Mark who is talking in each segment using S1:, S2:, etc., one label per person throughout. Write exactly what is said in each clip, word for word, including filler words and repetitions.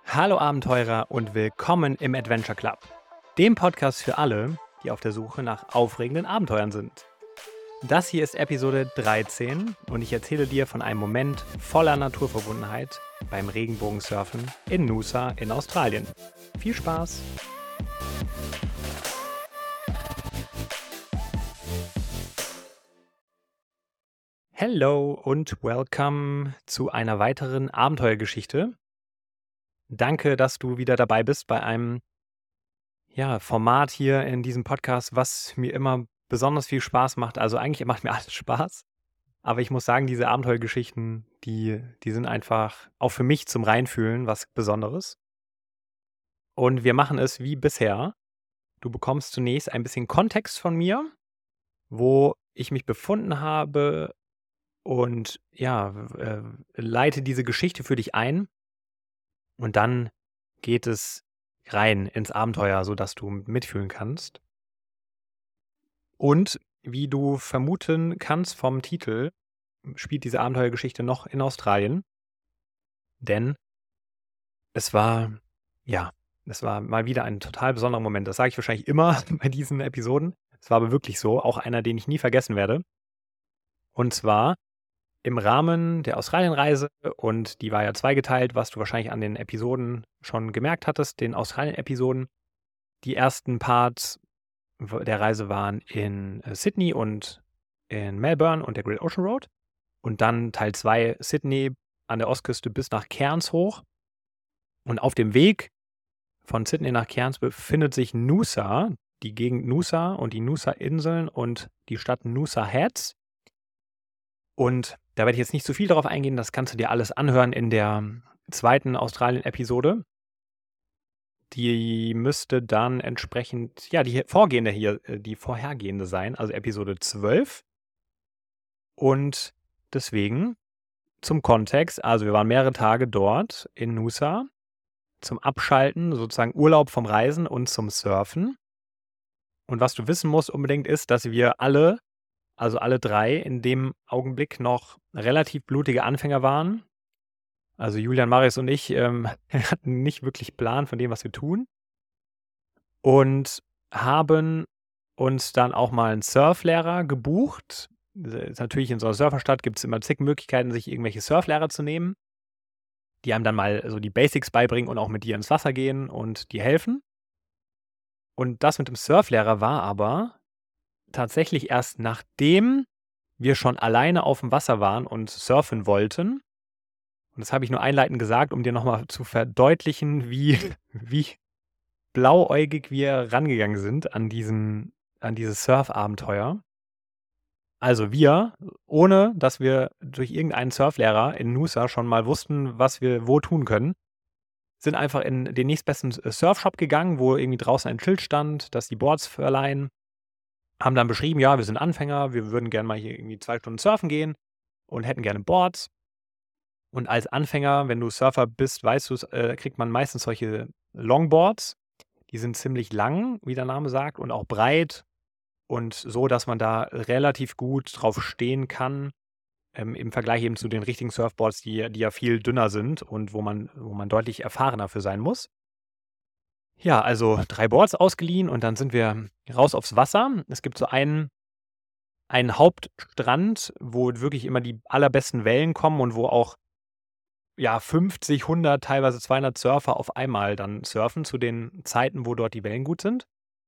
S1: Hallo Abenteurer und willkommen im Adventure Club, dem Podcast für alle, die auf der Suche nach aufregenden Abenteuern sind. Das hier ist Episode dreizehn und ich erzähle dir von einem Moment voller Naturverbundenheit beim Regenbogensurfen in Noosa in Australien. Viel Spaß! Hello und welcome zu einer weiteren Abenteuergeschichte. Danke, dass du wieder dabei bist bei einem ja, Format hier in diesem Podcast, was mir immer besonders viel Spaß macht. Also eigentlich macht mir alles Spaß. Aber ich muss sagen, diese Abenteuergeschichten, die, die sind einfach auch für mich zum Reinfühlen was Besonderes. Und wir machen es wie bisher. Du bekommst zunächst ein bisschen Kontext von mir, wo ich mich befunden habe und ja, w- äh, leite diese Geschichte für dich ein. Und dann geht es rein ins Abenteuer, sodass du mitfühlen kannst. Und wie du vermuten kannst vom Titel, spielt diese Abenteuergeschichte noch in Australien. Denn es war, ja, es war mal wieder ein total besonderer Moment. Das sage ich wahrscheinlich immer bei diesen Episoden. Es war aber wirklich so, auch einer, den ich nie vergessen werde. Und zwar im Rahmen der Australienreise, und die war ja zweigeteilt, was du wahrscheinlich an den Episoden schon gemerkt hattest, den Australien-Episoden. Die ersten Parts w- der Reise waren in äh, Sydney und in Melbourne und der Great Ocean Road. Und dann Teil zwei Sydney an der Ostküste bis nach Cairns hoch. Und auf dem Weg von Sydney nach Cairns befindet sich Noosa, die Gegend Noosa und die Noosa-Inseln und die Stadt Noosa Heads. Und da werde ich jetzt nicht zu viel darauf eingehen, das kannst du dir alles anhören in der zweiten Australien-Episode. Die müsste dann entsprechend, ja, die vorgehende hier, äh, die vorhergehende sein, also Episode zwölf. Und deswegen zum Kontext, also wir waren mehrere Tage dort in Noosa zum Abschalten, sozusagen Urlaub vom Reisen und zum Surfen. Und was du wissen musst unbedingt ist, dass wir alle, also alle drei, in dem Augenblick noch relativ blutige Anfänger waren. Also Julian, Marius und ich ähm, hatten nicht wirklich Plan von dem, was wir tun. Und haben uns dann auch mal einen Surflehrer gebucht. Äh, Ist natürlich in so einer Surferstadt gibt es immer zig Möglichkeiten, sich irgendwelche Surflehrer zu nehmen, die einem dann mal so die Basics beibringen und auch mit dir ins Wasser gehen und dir helfen. Und das mit dem Surflehrer war aber tatsächlich erst nachdem wir schon alleine auf dem Wasser waren und surfen wollten. Und das habe ich nur einleitend gesagt, um dir nochmal zu verdeutlichen, wie, wie blauäugig wir rangegangen sind an diesem, an dieses Surfabenteuer. Also wir, ohne dass wir durch irgendeinen Surflehrer in Noosa schon mal wussten, was wir wo tun können, sind einfach in den nächstbesten äh, Surfshop gegangen, wo irgendwie draußen ein Schild stand, dass die Boards verleihen. Haben dann beschrieben, ja, wir sind Anfänger, wir würden gerne mal hier irgendwie zwei Stunden surfen gehen und hätten gerne Boards. Und als Anfänger, wenn du Surfer bist, weißt du, äh, kriegt man meistens solche Longboards. Die sind ziemlich lang, wie der Name sagt, und auch breit und so, dass man da relativ gut drauf stehen kann, ähm, im Vergleich eben zu den richtigen Surfboards, die, die ja viel dünner sind und wo man, wo man deutlich erfahrener für sein muss. Ja, also drei Boards ausgeliehen und dann sind wir raus aufs Wasser. Es gibt so einen, einen Hauptstrand, wo wirklich immer die allerbesten Wellen kommen und wo auch ja, fünfzig, hundert, teilweise zweihundert Surfer auf einmal dann surfen zu den Zeiten, wo dort die Wellen gut sind.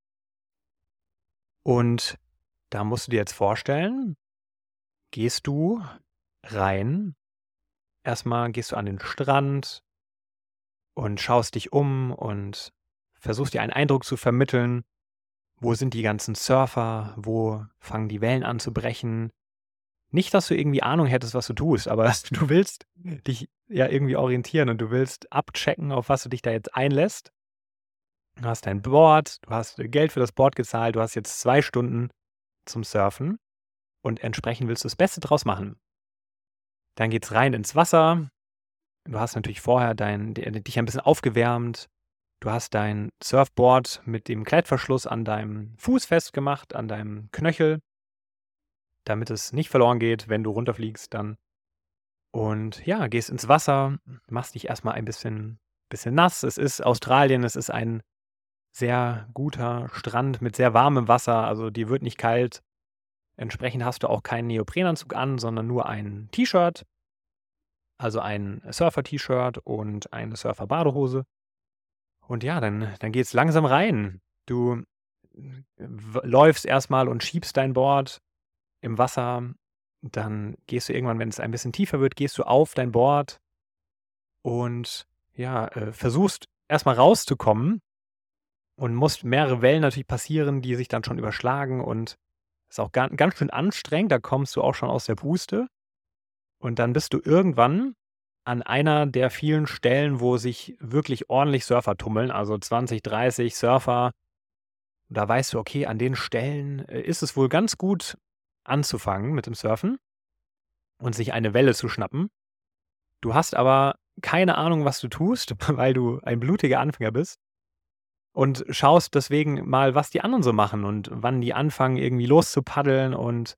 S1: Und da musst du dir jetzt vorstellen, gehst du rein, erstmal gehst du an den Strand und schaust dich um und versuchst dir einen Eindruck zu vermitteln, wo sind die ganzen Surfer, wo fangen die Wellen an zu brechen. Nicht, dass du irgendwie Ahnung hättest, was du tust, aber du willst dich ja irgendwie orientieren und du willst abchecken, auf was du dich da jetzt einlässt. Du hast dein Board, du hast Geld für das Board gezahlt, du hast jetzt zwei Stunden zum Surfen und entsprechend willst du das Beste draus machen. Dann geht's rein ins Wasser. Du hast natürlich vorher dein d dich ein bisschen aufgewärmt. Du hast dein Surfboard mit dem Klettverschluss an deinem Fuß festgemacht, an deinem Knöchel, damit es nicht verloren geht, wenn du runterfliegst dann. Und ja, gehst ins Wasser, machst dich erst mal ein bisschen bisschen nass. Es ist Australien, es ist ein sehr guter Strand mit sehr warmem Wasser, also dir wird nicht kalt. Entsprechend hast du auch keinen Neoprenanzug an, sondern nur ein T-Shirt, also ein Surfer-T-Shirt und eine Surfer-Badehose. Und ja, dann dann geht's langsam rein. Du w läufst erstmal und schiebst dein Board im Wasser. Dann gehst du irgendwann, wenn es ein bisschen tiefer wird, gehst du auf dein Board und ja, äh, versuchst erstmal rauszukommen und musst mehrere Wellen natürlich passieren, die sich dann schon überschlagen und ist auch gan ganz schön anstrengend. Da kommst du auch schon aus der Puste. Und dann bist du irgendwann an einer der vielen Stellen, wo sich wirklich ordentlich Surfer tummeln, also zwanzig, dreißig Surfer. Da weißt du, okay, an den Stellen, äh, ist es wohl ganz gut anzufangen mit dem Surfen und sich eine Welle zu schnappen. Du hast aber keine Ahnung, was du tust, weil du ein blutiger Anfänger bist und schaust deswegen mal, was die anderen so machen und wann die anfangen, irgendwie loszupaddeln und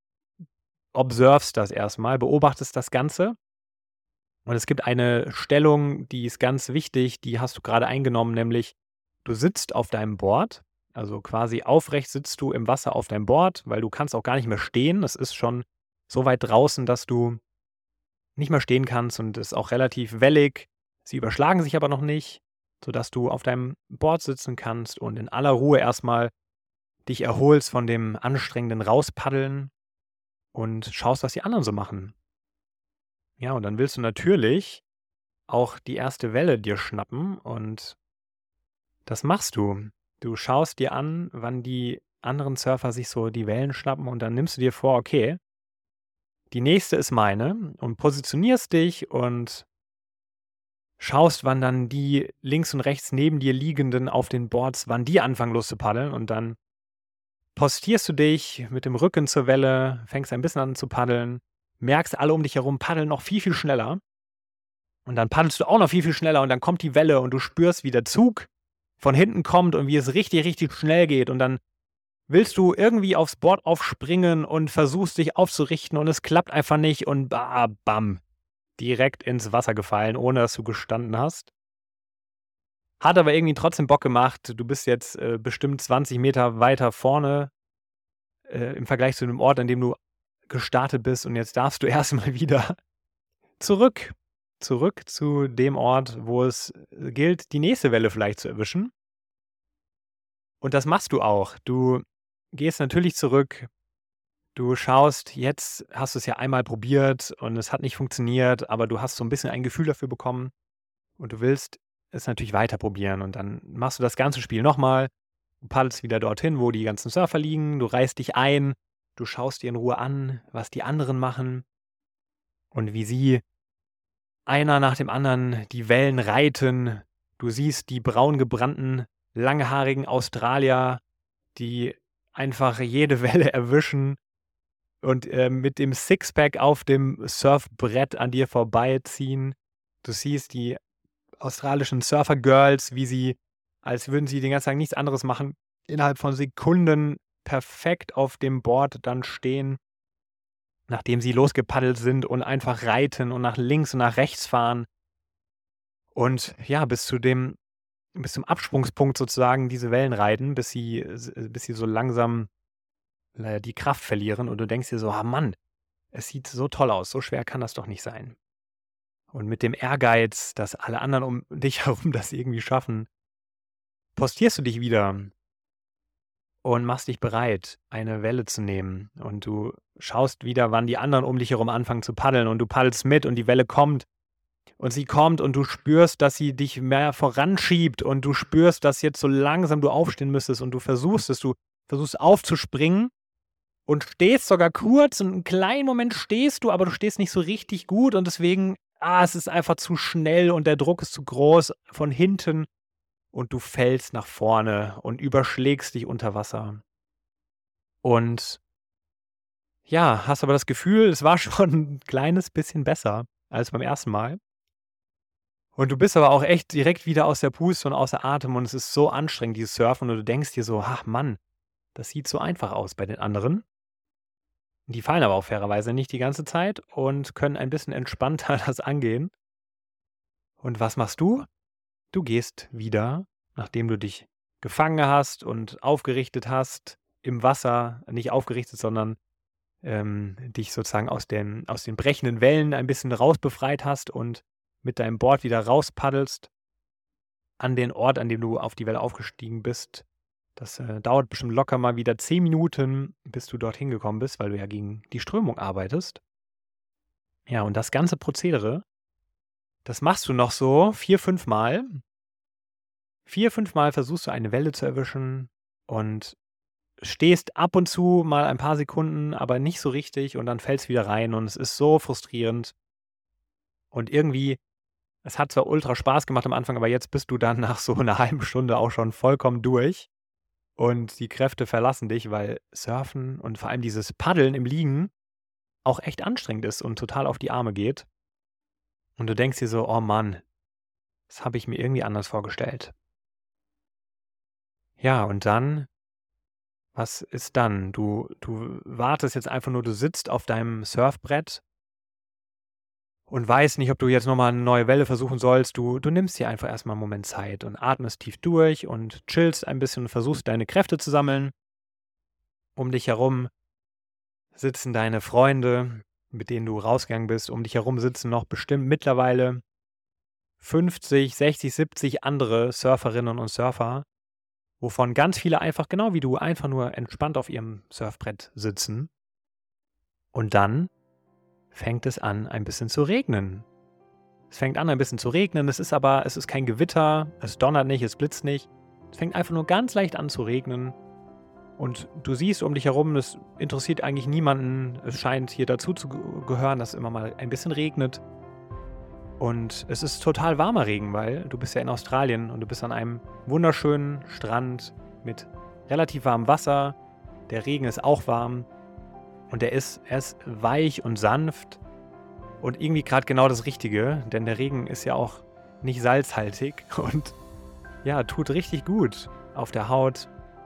S1: observst das erstmal, beobachtest das Ganze. Und es gibt eine Stellung, die ist ganz wichtig, die hast du gerade eingenommen, nämlich du sitzt auf deinem Board, also quasi aufrecht sitzt du im Wasser auf deinem Board, weil du kannst auch gar nicht mehr stehen. Es ist schon so weit draußen, dass du nicht mehr stehen kannst und es ist auch relativ wellig. Sie überschlagen sich aber noch nicht, sodass du auf deinem Board sitzen kannst und in aller Ruhe erstmal dich erholst von dem anstrengenden Rauspaddeln und schaust, was die anderen so machen. Ja, und dann willst du natürlich auch die erste Welle dir schnappen und das machst du. Du schaust dir an, wann die anderen Surfer sich so die Wellen schnappen und dann nimmst du dir vor, okay, die nächste ist meine und positionierst dich und schaust, wann dann die links und rechts neben dir liegenden auf den Boards, wann die anfangen loszupaddeln und dann postierst du dich mit dem Rücken zur Welle, fängst ein bisschen an zu paddeln, merkst, alle um dich herum paddeln noch viel, viel schneller. Und dann paddelst du auch noch viel, viel schneller und dann kommt die Welle und du spürst, wie der Zug von hinten kommt und wie es richtig, richtig schnell geht. Und dann willst du irgendwie aufs Board aufspringen und versuchst dich aufzurichten und es klappt einfach nicht und ba, bam, direkt ins Wasser gefallen, ohne dass du gestanden hast. Hat aber irgendwie trotzdem Bock gemacht. Du bist jetzt äh, bestimmt zwanzig Meter weiter vorne äh, im Vergleich zu dem Ort, an dem du gestartet bist. Und jetzt darfst du erstmal wieder zurück. Zurück zu dem Ort, wo es äh, gilt, die nächste Welle vielleicht zu erwischen. Und das machst du auch. Du gehst natürlich zurück. Du schaust, jetzt hast du es ja einmal probiert und es hat nicht funktioniert, aber du hast so ein bisschen ein Gefühl dafür bekommen und du willst es natürlich weiter probieren. Und dann machst du das ganze Spiel nochmal. Du paddelst wieder dorthin, wo die ganzen Surfer liegen. Du reißt dich ein. Du schaust dir in Ruhe an, was die anderen machen und wie sie einer nach dem anderen die Wellen reiten. Du siehst die braun gebrannten, langhaarigen Australier, die einfach jede Welle erwischen und, äh, mit dem Sixpack auf dem Surfbrett an dir vorbeiziehen. Du siehst die australischen Surfer-Girls, wie sie, als würden sie den ganzen Tag nichts anderes machen, innerhalb von Sekunden perfekt auf dem Board dann stehen, nachdem sie losgepaddelt sind und einfach reiten und nach links und nach rechts fahren. Und ja, bis zu dem bis zum Absprungspunkt sozusagen diese Wellen reiten, bis sie s bis sie so langsam, äh, die Kraft verlieren und du denkst dir so: „Ah Mann, es sieht so toll aus, so schwer kann das doch nicht sein.“ Und mit dem Ehrgeiz, dass alle anderen um dich herum das irgendwie schaffen, postierst du dich wieder und machst dich bereit, eine Welle zu nehmen. Und du schaust wieder, wann die anderen um dich herum anfangen zu paddeln und du paddelst mit und die Welle kommt und sie kommt und du spürst, dass sie dich mehr voranschiebt und du spürst, dass jetzt so langsam du aufstehen müsstest und du versuchst es, du versuchst aufzuspringen und stehst sogar kurz und einen kleinen Moment stehst du, aber du stehst nicht so richtig gut und deswegen, ah, es ist einfach zu schnell und der Druck ist zu groß von hinten und du fällst nach vorne und überschlägst dich unter Wasser. Und ja, hast aber das Gefühl, es war schon 'n kleines bisschen besser als beim ersten Mal. Und du bist aber auch echt direkt wieder aus der Puste und außer Atem und es ist so anstrengend, dieses Surfen und du denkst dir so: „Ach Mann, das sieht so einfach aus bei den anderen.“ Die fallen aber auch fairerweise nicht die ganze Zeit und können ein bisschen entspannter das angehen. Und was machst du? du gehst wieder, nachdem du dich gefangen hast und aufgerichtet hast im Wasser, nicht aufgerichtet, sondern ähm, dich sozusagen aus den, aus den brechenden Wellen ein bisschen rausbefreit hast und mit deinem Board wieder rauspaddelst an den Ort, an dem du auf die Welle aufgestiegen bist. Das äh, dauert bestimmt locker mal wieder zehn Minuten, bis du dorthin gekommen bist, weil du ja gegen die Strömung arbeitest. Ja, und das ganze Prozedere, das machst du noch so vier, fünf Mal. Vier, fünf Mal versuchst du eine Welle zu erwischen und stehst ab und zu mal ein paar Sekunden, aber nicht so richtig und dann fällst wieder rein und es ist so frustrierend. Und irgendwie, es hat zwar ultra Spaß gemacht am Anfang, aber jetzt bist du dann nach so einer halben Stunde auch schon vollkommen durch und die Kräfte verlassen dich, weil Surfen und vor allem dieses Paddeln im Liegen auch echt anstrengend ist und total auf die Arme geht. Und du denkst dir so: „Oh Mann, das habe ich mir irgendwie anders vorgestellt." Ja, und dann was ist dann? Du du wartest jetzt einfach nur, du sitzt auf deinem Surfbrett und weißt nicht, ob du jetzt noch mal 'ne neue Welle versuchen sollst. Du du nimmst dir einfach erst mal 'n Moment Zeit und atmest tief durch und chillst ein bisschen und versuchst, deine Kräfte zu sammeln. Um dich herum sitzen deine Freunde, mit denen du rausgegangen bist. Um dich herum sitzen noch bestimmt mittlerweile fünfzig, sechzig, siebzig andere Surferinnen und Surfer, wovon ganz viele einfach genau wie du einfach nur entspannt auf ihrem Surfbrett sitzen. Und dann fängt es an, ein bisschen zu regnen. Es fängt an, ein bisschen zu regnen. Es ist aber es ist kein Gewitter, es donnert nicht, es blitzt nicht. Es fängt einfach nur ganz leicht an zu regnen. Und du siehst um dich herum, es interessiert eigentlich niemanden. Es scheint hier dazu zu ge gehören, dass es immer mal ein bisschen regnet. Und es ist total warmer Regen, weil du bist ja in Australien und du bist an einem wunderschönen Strand mit relativ warmem Wasser. Der Regen ist auch warm und der ist er ist weich und sanft und irgendwie gerade genau das Richtige, denn der Regen ist ja auch nicht salzhaltig und ja, tut richtig gut auf der Haut.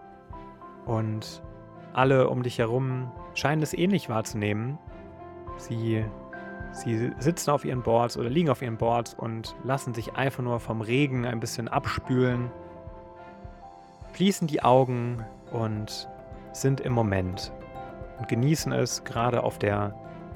S1: Und alle um dich herum scheinen es ähnlich wahrzunehmen. Sie Sie sitzen auf ihren Boards oder liegen auf ihren Boards und lassen sich einfach nur vom Regen ein bisschen abspülen, schließen die Augen und sind im Moment und genießen es, gerade auf der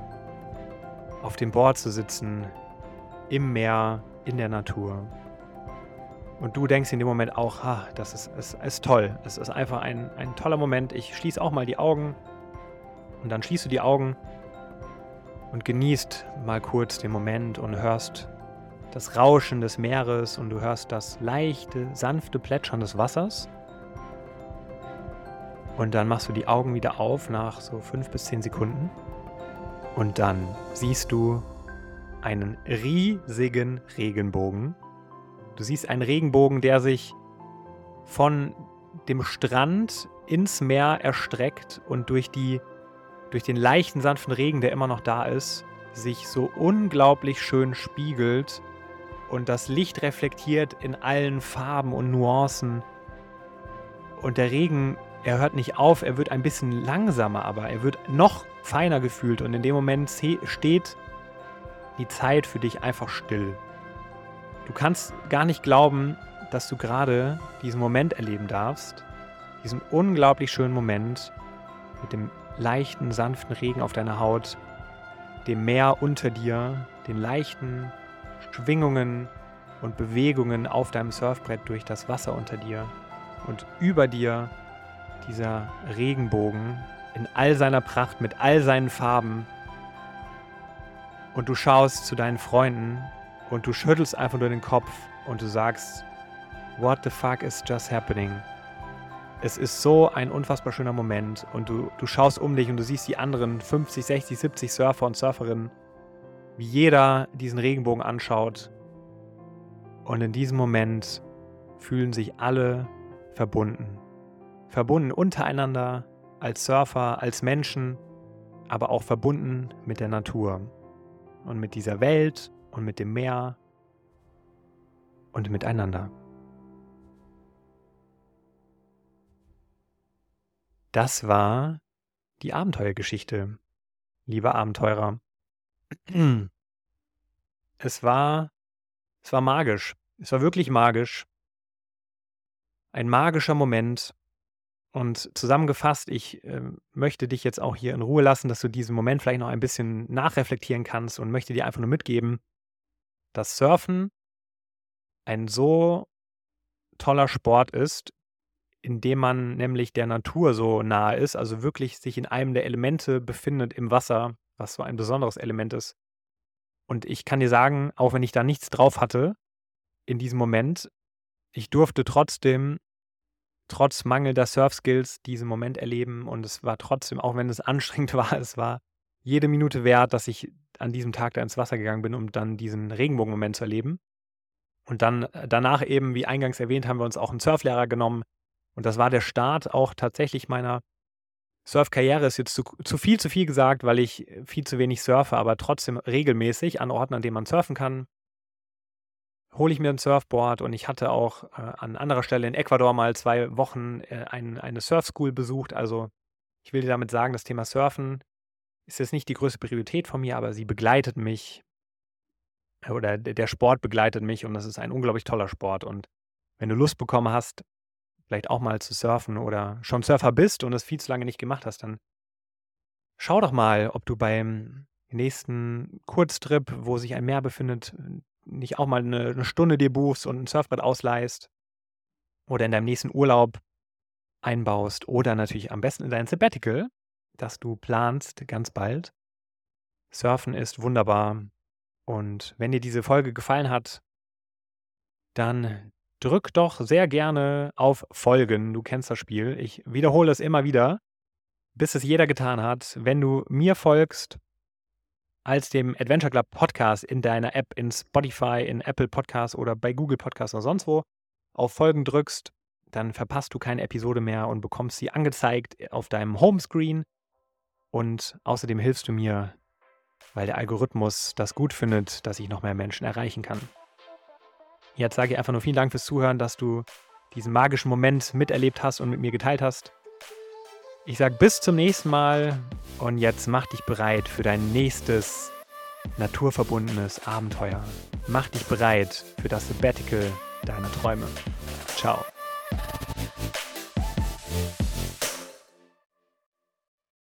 S1: auf dem Board zu sitzen, im Meer, in der Natur. Und du denkst in dem Moment auch: „Ha, das ist ist ist toll. Es ist einfach ein ein toller Moment. Ich schließe auch mal die Augen." Und dann schließt du die Augen und genießt mal kurz den Moment und hörst das Rauschen des Meeres und du hörst das leichte, sanfte Plätschern des Wassers. Und dann machst du die Augen wieder auf nach so fünf bis zehn Sekunden. Und dann siehst du einen riesigen Regenbogen. Du siehst einen Regenbogen, der sich von dem Strand ins Meer erstreckt und durch die durch den leichten, sanften Regen, der immer noch da ist, sich so unglaublich schön spiegelt und das Licht reflektiert in allen Farben und Nuancen. Und der Regen, er hört nicht auf, er wird ein bisschen langsamer, aber er wird noch feiner gefühlt und in dem Moment steht die Zeit für dich einfach still. Du kannst gar nicht glauben, dass du gerade diesen Moment erleben darfst, diesen unglaublich schönen Moment mit dem leichten, sanften Regen auf deiner Haut, dem Meer unter dir, den leichten Schwingungen und Bewegungen auf deinem Surfbrett durch das Wasser unter dir und über dir dieser Regenbogen in all seiner Pracht, mit all seinen Farben. Und du schaust zu deinen Freunden und du schüttelst einfach nur den Kopf und du sagst: "What the fuck is just happening?" Es ist so ein unfassbar schöner Moment und du, du schaust um dich und du siehst die anderen fünfzig, sechzig, siebzig Surfer und Surferinnen, wie jeder diesen Regenbogen anschaut. Und in diesem Moment fühlen sich alle verbunden. Verbunden untereinander, als Surfer, als Menschen, aber auch verbunden mit der Natur und mit dieser Welt und mit dem Meer und miteinander. Das war die Abenteuergeschichte, liebe Abenteurer. Es war, es war magisch. Es war wirklich magisch. Ein magischer Moment. Und zusammengefasst, ich äh, möchte dich jetzt auch hier in Ruhe lassen, dass du diesen Moment vielleicht noch ein bisschen nachreflektieren kannst und möchte dir einfach nur mitgeben, dass Surfen ein so toller Sport ist, in dem man nämlich der Natur so nahe ist, also wirklich sich in einem der Elemente befindet im Wasser, was so ein besonderes Element ist. Und ich kann dir sagen, auch wenn ich da nichts drauf hatte in diesem Moment, ich durfte trotzdem trotz mangelnder Surfskills diesen Moment erleben und es war trotzdem, auch wenn es anstrengend war, es war jede Minute wert, dass ich an diesem Tag da ins Wasser gegangen bin, um dann diesen Regenbogenmoment zu erleben. Und dann äh, danach eben, wie eingangs erwähnt, haben wir uns auch einen Surflehrer genommen und das war der Start auch tatsächlich meiner Surfkarriere. Ist jetzt zu, zu viel zu viel gesagt, weil ich viel zu wenig surfe, aber trotzdem regelmäßig an Orten, an denen man surfen kann, hole ich mir ein Surfboard und ich hatte auch äh, an anderer Stelle in Ecuador mal zwei Wochen äh, ein, eine Surfschool besucht. Also ich will dir damit sagen, das Thema Surfen ist jetzt nicht die größte Priorität von mir, aber sie begleitet mich äh, oder d- der Sport begleitet mich und das ist ein unglaublich toller Sport. Und wenn du Lust bekommen hast, vielleicht auch mal zu surfen oder schon Surfer bist und es viel zu lange nicht gemacht hast, dann schau doch mal, ob du beim nächsten Kurztrip, wo sich ein Meer befindet, nicht auch mal eine, eine Stunde dir buchst und ein Surfbrett ausleihst oder in deinem nächsten Urlaub einbaust oder natürlich am besten in dein Sabbatical, das du planst ganz bald. Surfen ist wunderbar und wenn dir diese Folge gefallen hat, dann drück doch sehr gerne auf Folgen. Du kennst das Spiel. Ich wiederhole es immer wieder, bis es jeder getan hat. Wenn du mir folgst als dem Adventure Club Podcast in deiner App, in Spotify, in Apple Podcasts oder bei Google Podcasts oder sonst wo, auf Folgen drückst, dann verpasst du keine Episode mehr und bekommst sie angezeigt auf deinem Homescreen. Und außerdem hilfst du mir, weil der Algorithmus das gut findet, dass ich noch mehr Menschen erreichen kann. Jetzt sage ich einfach nur vielen Dank fürs Zuhören, dass du diesen magischen Moment miterlebt hast und mit mir geteilt hast. Ich sage bis zum nächsten Mal und jetzt mach dich bereit für dein nächstes naturverbundenes Abenteuer. Mach dich bereit für das Sabbatical deiner Träume. Ciao.